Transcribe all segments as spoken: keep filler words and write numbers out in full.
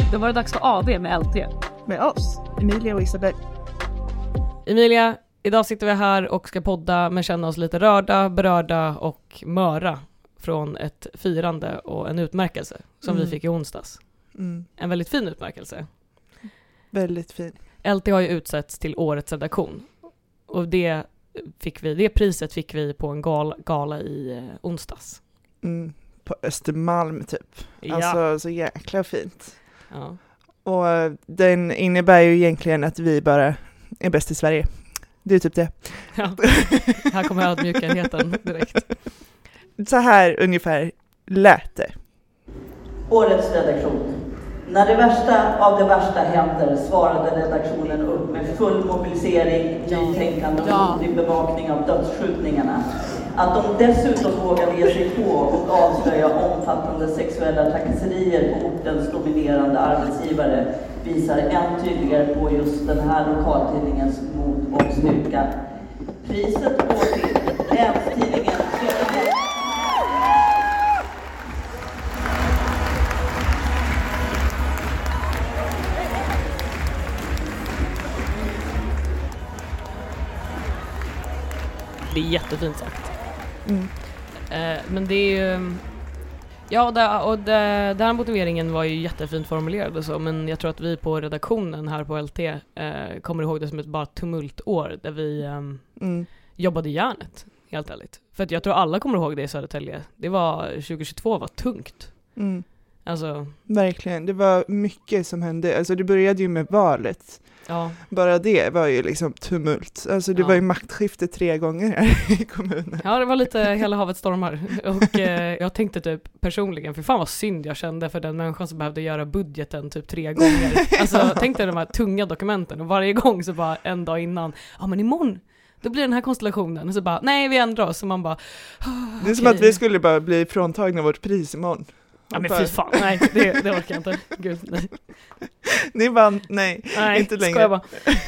Då var det dags för A V med L T. Med oss, Emilia och Isabel. Emilia, idag sitter vi här och ska podda men känna oss lite rörda, berörda och möra från ett firande och en utmärkelse som mm. vi fick i onsdags. Mm. En väldigt fin utmärkelse. Väldigt fin. L T har ju utsetts till årets redaktion. Och det, fick vi, det priset fick vi på en gala, gala i eh, onsdags. Mm. På Östermalm typ. Ja. Alltså så jäkla fint. Ja. Och den innebär ju egentligen att vi bara är bäst i Sverige. Det är typ det. Ja. Här kommer ödmjukenheten direkt. Så här ungefär lät det. Årets redaktion. När det värsta av det värsta händer svarade redaktionen upp med full mobilisering, nytänkande och ja. modig bevakning av dödsskjutningarna. Att de dessutom vågade ge sig på och avslöja omfattande sexuella trakasserier på ortens dominerande arbetsgivare visar än tydligare på just den här lokaltidningens mod och styrka. Priset går till Länstidningen. Det är jättefint sagt. Mm. Eh, men det är ju... Ja, det, och det, den här motiveringen var ju jättefint formulerad och så, men jag tror att vi på redaktionen här på L T eh, kommer ihåg det som ett bara tumultår där vi eh, Mm. jobbade järnet, helt ärligt. För att jag tror alla kommer ihåg det i Södertälje. Det var, tjugohundratjugotvå var tungt. Mm. Alltså, Verkligen, det var mycket som hände. Alltså det började ju med valet. ja. Bara det var ju liksom tumult. Alltså det Ja. var ju maktskifte tre gånger här i kommunen. Ja, det var lite hela havet stormar. Och eh, jag tänkte typ personligen, för fan vad synd jag kände för den människan som behövde göra budgeten typ tre gånger. Alltså Ja. tänk dig de här tunga dokumenten och varje gång så bara en dag innan, ja men imorgon, då blir den här konstellationen. Och så bara, nej vi ändrar oss. Så man bara, oh, Det är som okej. att vi skulle bara bli fråntagna vårt pris imorgon. Ja men bara, fy fan, nej det, det orkar jag inte. Gud, nej. Ni vann, nej, Nej, inte längre. skojar bara.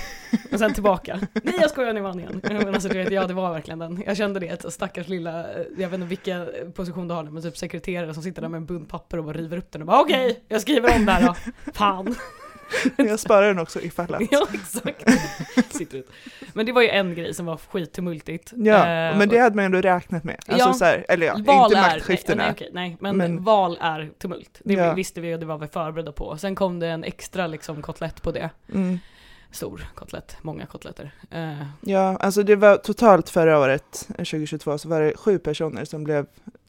Och sen tillbaka. Nej, jag skojar, ni vann igen. Men alltså, du vet, ja, det var verkligen den. Jag kände det, ett stackars lilla, jag vet inte vilken position du har nu, men typ sekreterare som sitter där med en bunt papper och bara river upp den och bara, okej, okay, jag skriver om det här då. Fan. Jag sparar den också ifall att. Ja, exakt. Sitter ut. Men det var ju en grej som var skittumultigt. Ja, eh, men det hade man ändå räknat med. Alltså ja, så här, eller ja, val inte är, maktskiftena. Nej, nej, nej, men, Men- val är tumult. Det Ja. visste vi och det var vi förberedda på. Sen kom det en extra liksom kotlett på det. Mm. Stor kotlett, många kotletter. Eh, Ja, alltså det var totalt förra året, tjugohundratjugotvå, så var det sju personer som blev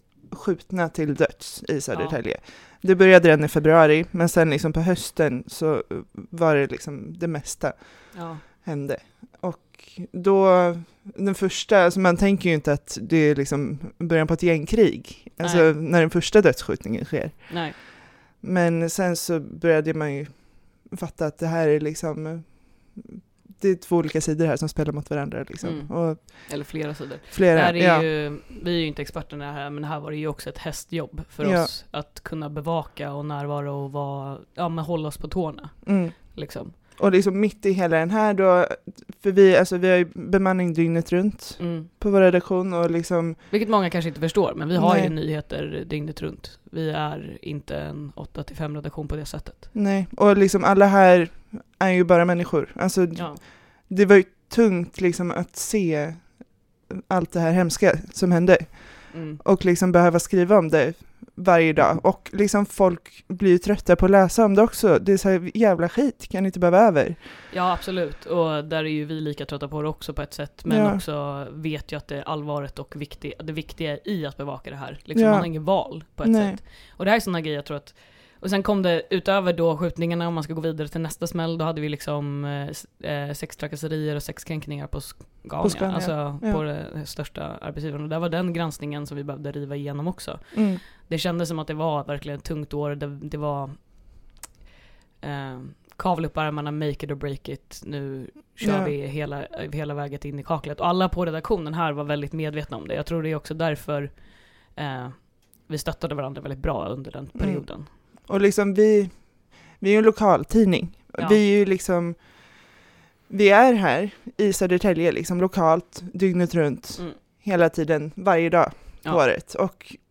skjutna till döds i Södertälje. Ja. Det började redan i februari, men sen liksom på hösten så var det liksom det mesta ja. hände. Och då, den första, alltså man tänker ju inte att det är liksom början på ett gängkrig, alltså Nej. när den första dödsskjutningen sker. Nej. Men sen så började man ju fatta att det här är liksom, det är två olika sidor här som spelar mot varandra liksom. Mm. Och Eller flera sidor. flera, Det här är ja. ju, vi är ju inte experterna här, men här var det ju också ett hästjobb för Ja. oss att kunna bevaka och närvara och vara, ja, men hålla oss på tårna. Mm. Liksom. Och liksom mitt i hela den här då, för vi, alltså vi har ju bemanning dygnet runt Mm. på vår redaktion och liksom, Vilket många kanske inte förstår, men vi har Nej. ju nyheter dygnet runt. Vi är inte en åtta till fem redaktion på det sättet. nej, och liksom alla här är ju bara människor. Alltså Ja. det var ju tungt liksom att se allt det här hemska som hände Mm. och liksom behöva skriva om det varje dag. Och liksom folk blir ju trötta på att läsa om det också. Det är så här, jävla skit, kan inte behöva över. Ja, absolut. Och där är ju vi lika trötta på det också på ett sätt. Men Ja. också vet ju att det är allvaret och viktig, det viktiga i att bevaka det här. Liksom, Ja. Man har ingen val på ett Nej. sätt. Och det här är sådana grejer jag tror att... Och sen kom det utöver då skjutningarna, om man ska gå vidare till nästa smäll, då hade vi liksom eh, sextrakasserier och sexkränkningar på Scania. På Scania, Alltså ja. på det största arbetsgivaren. Och där var den granskningen som vi behövde riva igenom också. Mm. Det kändes som att det var verkligen ett tungt år. Det, det var eh, kavla upp armarna, make it or break it. Nu kör Ja. vi hela, hela vägen in i kaklet. Och alla på redaktionen här var väldigt medvetna om det. Jag tror det är också därför eh, vi stöttade varandra väldigt bra under den Mm. perioden. Och liksom vi, vi är ju en lokaltidning. Ja. Vi är ju liksom, vi är här i Södertälje liksom lokalt, dygnet runt, Mm. hela tiden, varje dag på Ja. året. Och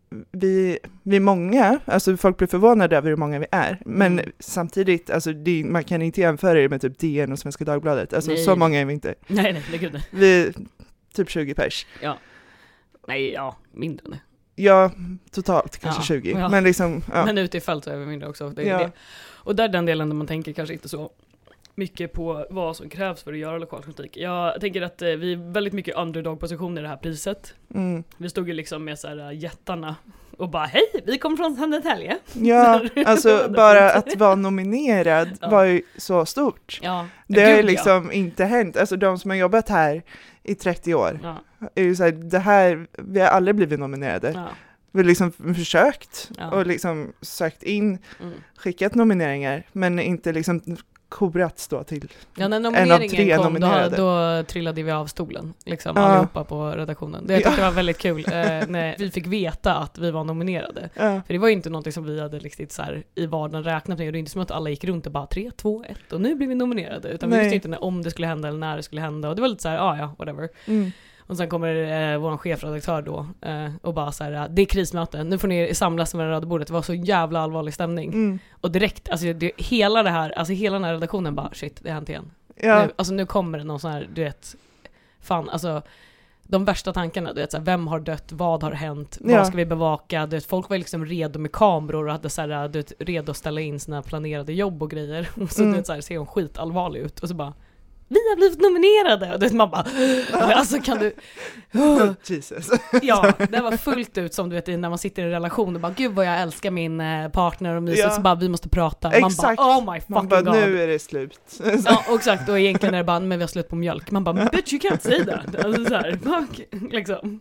vi, vi är många, alltså folk blir förvånade över hur många vi är, men Mm. samtidigt, alltså det, man kan inte jämföra det med typ D N och Svenska Dagbladet, alltså Nej. så många är vi inte. Nej, nej, det är gud. Vi är typ tjugo pers. Ja. Nej, ja, mindre än det. Ja, totalt kanske Ja, tjugo, ja. men liksom, ja. Men ute i fält så är vi mindre också. Det är Ja. det. Och där är den delen där man tänker kanske inte så mycket på vad som krävs för att göra lokaljournalistik. Jag tänker att eh, vi är väldigt mycket underdog-positioner i det här priset. Mm. Vi stod ju liksom med så här jättarna och bara hej, vi kommer från Södertälje. Ja, alltså bara att vara nominerad Ja. var ju så stort. Ja, Det har ju gud, liksom inte hänt. Alltså de som har jobbat här i trettio år Ja. är ju så här, det här, vi har aldrig blivit nominerade. Ja. Vi har liksom försökt Ja. och liksom sökt in, Mm. skickat nomineringar, men inte liksom korats då till. Ja, när En av nomineringen tre kom, då, nominerade. då trillade vi av stolen, liksom, Ja. allihopa på redaktionen. Det, jag tyckte Ja. det var väldigt kul eh, när vi fick veta att vi var nominerade. Ja. För det var ju inte någonting som vi hade liksom så här, i vardagen räknat med. Det är inte som att alla gick runt och bara tre, två, ett och nu blir vi nominerade. Utan Nej. vi visste inte när, om det skulle hända eller när det skulle hända. Och det var lite så här, ah, ja, whatever. Mm. Och sen kommer eh, vår chefredaktör då eh, och bara så här, det är krismöte, nu får ni samlas med det röda bordet. Det var så jävla allvarlig stämning. Mm. Och direkt, alltså det, hela det här, alltså hela den här redaktionen bara, shit, det har hänt igen. Ja. Nu, alltså nu kommer det någon sån här, du vet, fan, alltså de värsta tankarna, du vet, så här, vem har dött, vad har hänt, Ja. vad ska vi bevaka, du vet, folk var liksom redo med kameror och hade så här, du vet, redo att ställa in sina planerade jobb och grejer. Och så, Mm. du vet, så här, ser hon skitallvarlig ut och så bara, vi har blivit nominerade! Och du vet, man bara, alltså kan du... Oh, Jesus. Ja, det var fullt ut som du vet när man sitter i en relation och bara, gud vad jag älskar min eh, partner och mysigt, Ja. så bara, vi måste prata. Exakt. Man bara, oh my fucking Man bara, god. nu är det slut. Ja, och exakt. Och egentligen är det bara, men vi har slut på mjölk. Man bara, bitch you can't say that. Alltså så här, fuck, liksom.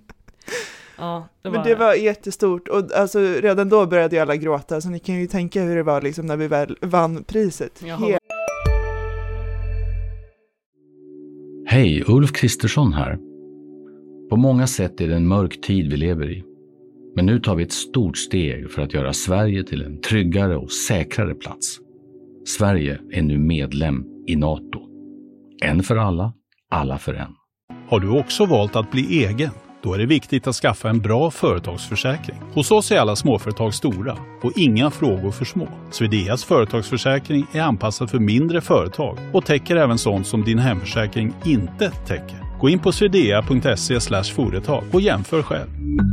Ja, det var... Men det var jättestort och alltså redan då började ju alla gråta, så ni kan ju tänka hur det var liksom när vi väl vann priset. Jaha. Helt. Hej, Ulf Kristersson här. På många sätt är det en mörk tid vi lever i. Men nu tar vi ett stort steg för att göra Sverige till en tryggare och säkrare plats. Sverige är nu medlem i NATO. En för alla, alla för en. Har du också valt att bli egen? Då är det viktigt att skaffa en bra företagsförsäkring. Hos oss är alla småföretag stora och inga frågor för små. Swedeas företagsförsäkring är anpassad för mindre företag och täcker även sånt som din hemförsäkring inte täcker. Gå in på swedea punkt se slash företag och jämför själv.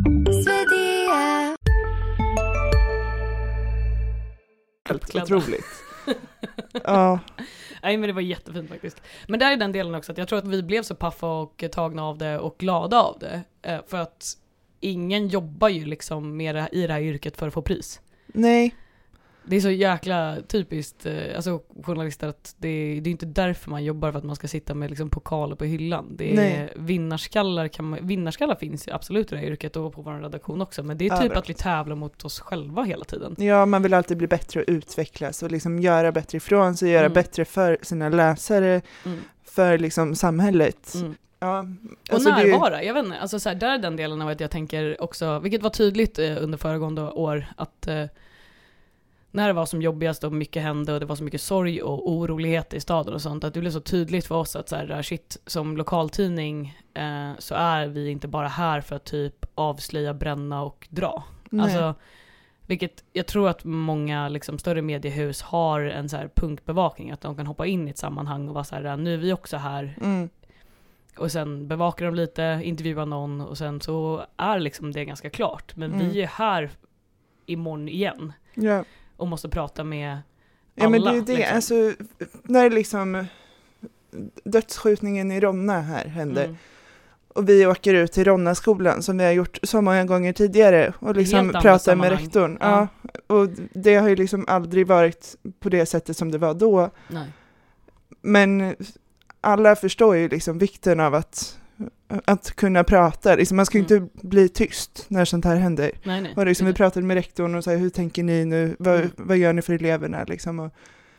Helt otroligt. Ja. Nej, men det var jättefint faktiskt. Men där är den delen också, att jag tror att vi blev så paffa och tagna av det och glada av det. Eh, för att ingen jobbar ju liksom med det, i det här yrket för att få pris. Nej. Det är så jäkla typiskt, eh, alltså journalister, att det, det är inte därför man jobbar, för att man ska sitta med liksom pokaler på hyllan. Det är Nej. vinnarskallar, kan man, vinnarskallar finns ju absolut i det här yrket och på vår redaktion också, men det är typ Överallt. att vi tävlar mot oss själva hela tiden. Ja, man vill alltid bli bättre och utvecklas och liksom göra bättre ifrån sig, göra Mm. bättre för sina läsare, Mm. för liksom samhället. Mm. Ja, Och alltså det är ju- närvara, jag vet inte, alltså så här, där är den delen av att jag tänker också, vilket var tydligt eh, under föregående år, att eh, när det var som jobbigast och mycket hände och det var så mycket sorg och orolighet i staden och sånt, att det blev så tydligt för oss att så här, shit, som lokaltidning eh, så är vi inte bara här för att typ avslöja, bränna och dra. Nej. Alltså, vilket jag tror att många liksom, större mediehus har en så här punktbevakning, att de kan hoppa in i ett sammanhang och vara så här, nu är vi också här. Mm. Och sen bevakar de lite, intervjuar någon och sen så är liksom det ganska klart. Men Mm. vi är här imorgon igen Ja. och måste prata med alla. Ja, men det är ju det, liksom. alltså när liksom dödsskjutningen i Ronna här hände Mm. och vi åker ut till Ronna-skolan som vi har gjort så många gånger tidigare och liksom helt andra pratar med sammanhang. rektorn. Ja. Ja. Och det har ju liksom aldrig varit på det sättet som det var då. Nej. Men alla förstår ju liksom vikten av att, att kunna prata. Liksom man ska ju Mm. inte bli tyst när sånt här händer. Nej, nej. Och liksom Det- vi pratade med rektorn och sa, hur tänker ni nu? Vad, Mm. vad gör ni för eleverna? Liksom och,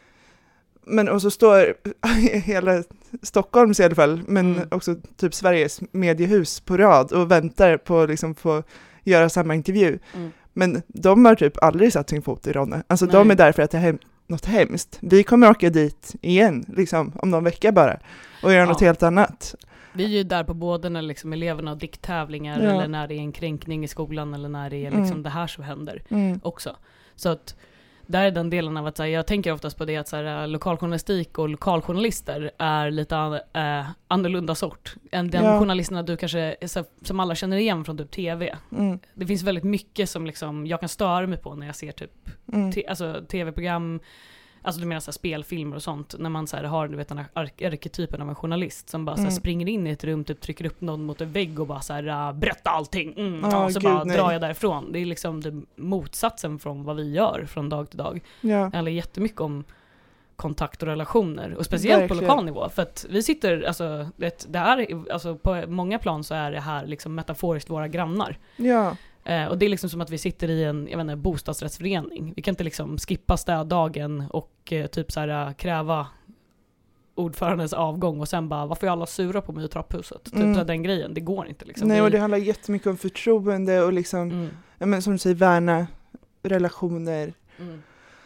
men och så står hela Stockholms i alla fall, men Mm. också typ Sveriges mediehus på rad och väntar på att liksom få göra samma intervju. Mm. Men de har typ aldrig satt sin fot i Ronna. Alltså Nej. de är där för att det har hänt, något hemskt. Vi kommer åka dit igen, liksom, om någon vecka bara. Och göra ja. något helt annat. Vi är ju där på både när liksom eleverna har dikttävlingar ja. eller när det är en kränkning i skolan eller när det är liksom mm. det här som händer mm. också. Så att där är den delen av att här, jag tänker oftast på det att så här, lokaljournalistik och lokaljournalister är lite äh, annorlunda sort än den ja. journalisterna du kanske så, som alla känner igen från typ tv. Mm. Det finns väldigt mycket som liksom jag kan störa mig på när jag ser typ mm. te, alltså, tv-program. Alltså du menar så här, spelfilmer och sånt. När man så här, har du vet, den här arketypen av en journalist som bara mm. så här, springer in i ett rum, typ trycker upp någon mot en vägg och bara så här, berätta allting. Mm, oh, ja, så Gud, bara nej. drar jag därifrån. Det är liksom det motsatsen från vad vi gör från dag till dag. Ja. Det handlar jättemycket om kontakt och relationer. Och speciellt Verkligen. på lokal nivå. För att vi sitter, alltså, det, det är, alltså på många plan så är det här liksom metaforiskt våra grannar. Ja. Eh, och det är liksom som att vi sitter i en jag vet inte, bostadsrättsförening. Vi kan inte liksom skippa städdagen och eh, typ så här kräva ordförandens avgång och sen bara, varför är alla sura på mig i trapphuset? Mm. Typ den grejen, det går inte liksom. Nej, vi... och det handlar jättemycket om förtroende och liksom, mm. ja, men som du säger, värna relationer. Mm.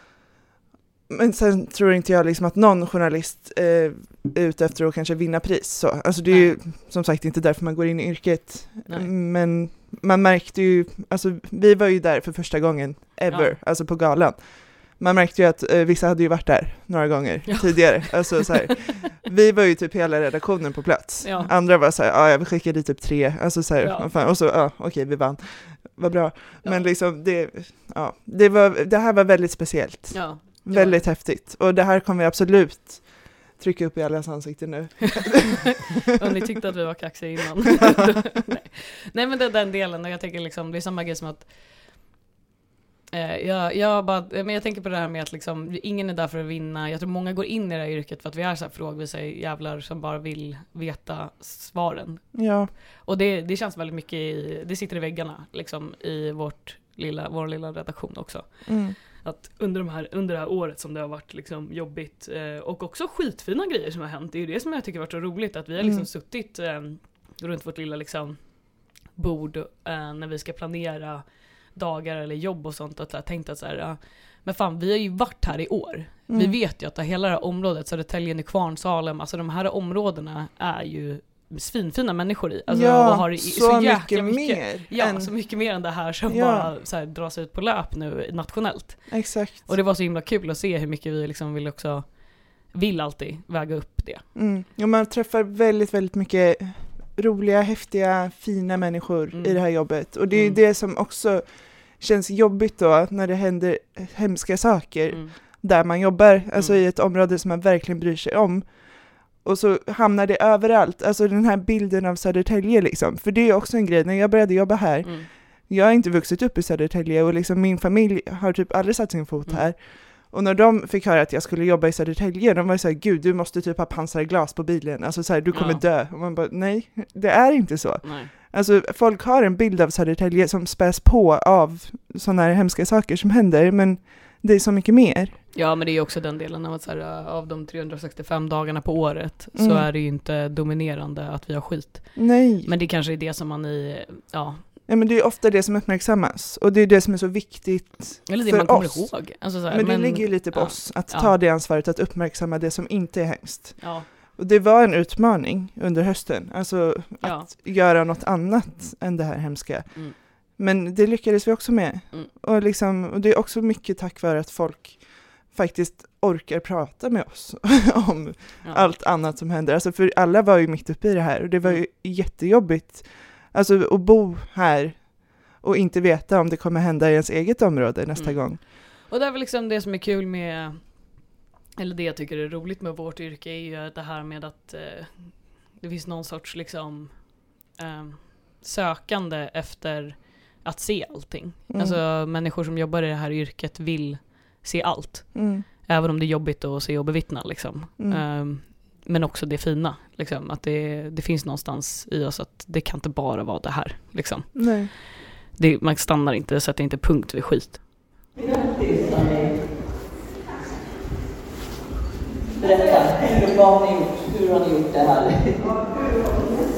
Men sen tror inte jag liksom att någon journalist eh, är ute efter att kanske vinna pris. Så. Alltså det är Nej. ju som sagt inte därför man går in i yrket. Nej. Men man märkte ju, alltså vi var ju där för första gången ever, ja. alltså på galan. Man märkte ju att eh, vissa hade ju varit där några gånger ja. tidigare. Alltså, så här, vi var ju typ hela redaktionen på plats. Ja. Andra var så här, ja jag vill skicka dit typ tre. Alltså så här, ja. fan, och så, ja okej vi vann. Vad bra. Ja. Men liksom, det, ja, det, var, det här var väldigt speciellt. Ja. Väldigt ja. häftigt. Och det här kommer vi absolut trycka upp i allas ansikten nu. Om ni tyckte att vi var kaxiga innan. Nej. Nej men det är den delen. Och jag tänker liksom, det är samma grej som att eh, jag, jag, bara, men jag tänker på det här med att liksom, ingen är där för att vinna. Jag tror många går in i det här yrket för att vi är så här frågvisa jävlar som bara vill veta svaren. Ja. Och det, det känns väldigt mycket i, det sitter i väggarna liksom, i vårt lilla, vår lilla redaktion också. Mm. Att under, de här, under det här året som det har varit liksom jobbigt eh, och också skitfina grejer som har hänt. Det är ju det som jag tycker har varit så roligt. Att vi har liksom mm. suttit eh, runt vårt lilla liksom, bord eh, när vi ska planera dagar eller jobb och sånt. Och tänkt att så här, ja, men fan vi har ju varit här i år. Mm. Vi vet ju att det hela det här området, Södertälje, Nykvarn, Salem, alltså de här områdena är ju svinfina människor i. Alltså, ja, och har så, så mycket, mycket mer. Ja, än... så mycket mer än det här som ja. bara så här, dras ut på löp nu nationellt. Exakt. Och det var så himla kul att se hur mycket vi liksom vill också vill alltid väga upp det. Mm. Ja, man träffar väldigt, väldigt mycket roliga, häftiga, fina människor mm. i det här jobbet. Och det är mm. det som också känns jobbigt då när det händer hemska saker mm. där man jobbar, alltså mm. i ett område som man verkligen bryr sig om. Och så hamnar det överallt. Alltså den här bilden av Södertälje liksom. För det är också en grej. När jag började jobba här. Mm. Jag har inte vuxit upp i Södertälje. Och liksom min familj har typ aldrig satt sin fot mm. här. Och när de fick höra att jag skulle jobba i Södertälje. De var så här, gud du måste typ ha pansarglas på bilen. Alltså så här, du kommer ja. dö. Och man bara, nej det är inte så. Nej. Alltså folk har en bild av Södertälje som späs på av sådana här hemska saker som händer. Men det är så mycket mer. Ja, men det är ju också den delen av att så här, av de trehundrasextiofem dagarna på året mm. så är det ju inte dominerande att vi har skit. Nej. Men det kanske är det som man i, ja. Ja, men det är ofta det som uppmärksammas. Och det är det som är så viktigt Eller det för man kommer oss. ihåg. Alltså så här, men det men, ligger ju lite på ja, oss att ja. ta det ansvaret att uppmärksamma det som inte är hemskt. Ja. Och det var en utmaning under hösten. Alltså ja. att göra något annat mm. än det här hemska. Mm. Men det lyckades vi också med. Mm. Och, liksom, och det är också mycket tack vare att folk faktiskt orkar prata med oss om ja. allt annat som händer. Alltså för alla var ju mitt uppe i det här. Och det var ju jättejobbigt alltså, att bo här och inte veta om det kommer hända i ens eget område nästa mm. gång. Och det är väl liksom det som är kul med, eller det jag tycker är roligt med vårt yrke är ju det här med att eh, det finns någon sorts liksom eh, sökande efter att se allting. Mm. Alltså människor som jobbar i det här yrket vill se allt. Mm. Även om det är jobbigt att se och bevittna liksom. Mm. Um, men också det fina liksom, att det, det finns någonstans i oss att det kan inte bara vara det här liksom. Nej. Det, man stannar inte, sätter inte punkt vid skit. Berätta, hur har ni gjort, hur har ni gjort det här?